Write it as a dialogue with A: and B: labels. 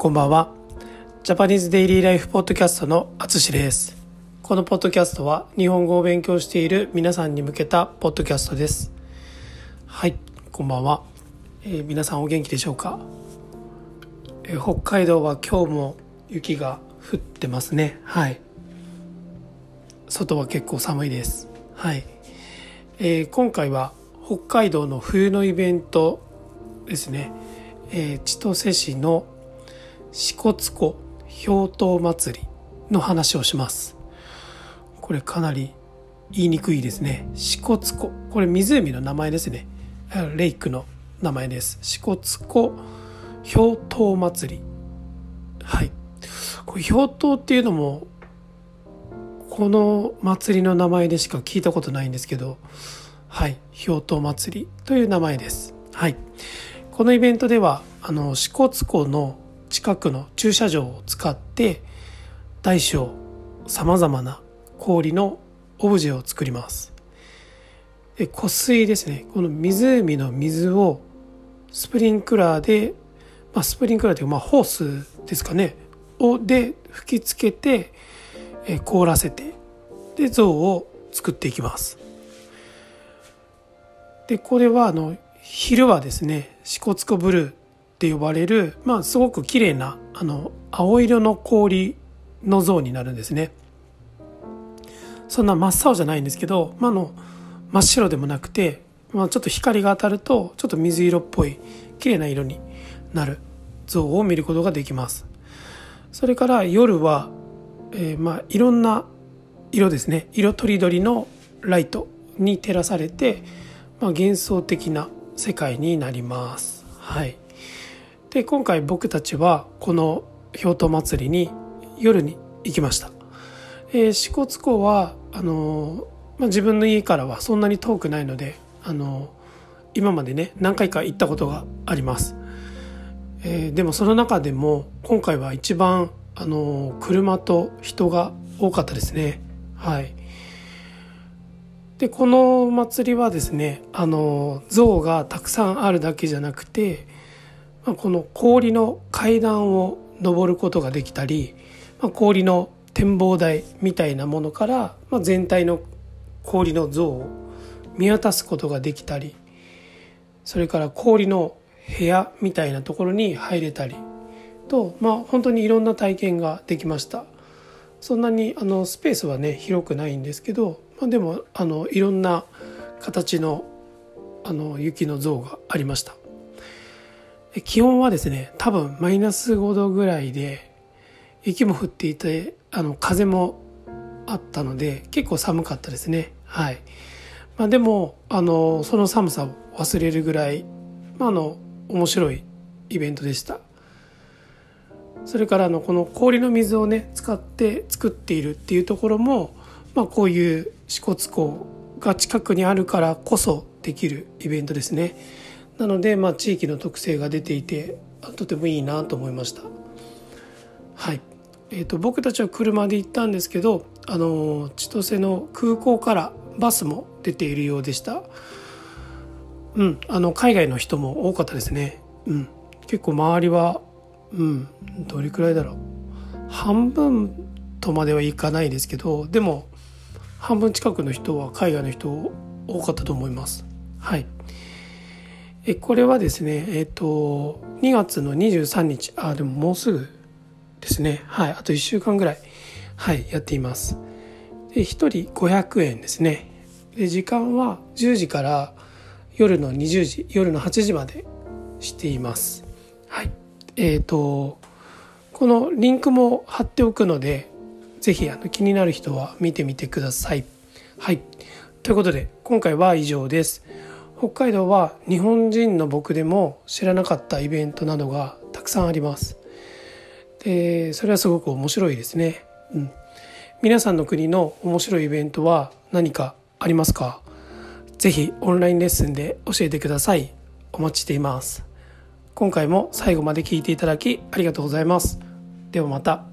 A: こんばんは。ジャパニーズデイリーライフポッドキャストのあつしです。このポッドキャストは日本語を勉強している皆さんに向けたポッドキャストです。はい、こんばんは。皆さんお元気でしょうか。北海道は今日も雪が降ってますね。はい。外は結構寒いです。はい。今回は北海道の冬のイベントですね。千歳市の支笏湖氷濤祭りの話をします。これかなり言いにくいですね。支笏湖、これ湖の名前ですね。レイクの名前です。支笏湖氷濤祭り。はい。これ氷濤っていうのもこの祭りの名前でしか聞いたことないんですけど、はい、氷濤祭りという名前です。はい。このイベントでは支笏湖の近くの駐車場を使って大小さまざまな氷のオブジェを作ります。で、湖水ですね。この湖の水をスプリンクラーで、スプリンクラーというかホースですかねで吹きつけて凍らせて、で像を作っていきます。でこれは昼はですね、支笏湖ブルーって呼ばれる、すごく綺麗な青色の氷の像になるんですね。そんな真っ青じゃないんですけど、真っ白でもなくて、ちょっと光が当たるとちょっと水色っぽい綺麗な色になる像を見ることができます。それから夜は、いろんな色ですね、色とりどりのライトに照らされて、幻想的な世界になります。はい。で今回僕たちはこの氷濤祭りに夜に行きました。支笏湖は自分の家からはそんなに遠くないので今までね何回か行ったことがあります。でもその中でも今回は一番車と人が多かったですね。はい。でこの祭りはですね像がたくさんあるだけじゃなくて、この氷の階段を登ることができたり、氷の展望台みたいなものから、全体の氷の像を見渡すことができたり、それから氷の部屋みたいなところに入れたりと、本当にいろんな体験ができました。そんなにスペースはね広くないんですけど、でもいろんな形の雪の像がありました。気温はですね多分マイナス5度ぐらいで、雪も降っていて風もあったので結構寒かったですね。はい。でもその寒さを忘れるぐらい、面白いイベントでした。それからこの氷の水をね使って作っているっていうところも、こういう支笏湖が近くにあるからこそできるイベントですね。なので、地域の特性が出ていてとてもいいなと思いました。はい。僕たちは車で行ったんですけど、千歳の空港からバスも出ているようでした。海外の人も多かったですね。結構周りはどれくらいだろう、半分とまではいかないですけど、でも半分近くの人は海外の人多かったと思います。はい。これはですね2月の23日でももうすぐですね。はい。あと1週間ぐらいやっています。で1人500円ですね。で時間は10時から夜の20時夜の8時までしています。はい。このリンクも貼っておくので、ぜひ気になる人は見てみてください。はい。ということで今回は以上です。北海道は日本人の僕でも知らなかったイベントなどがたくさんあります。でそれはすごく面白いですね。皆さんの国の面白いイベントは何かありますか？ぜひオンラインレッスンで教えてください。お待ちしています。今回も最後まで聞いていただきありがとうございます。ではまた。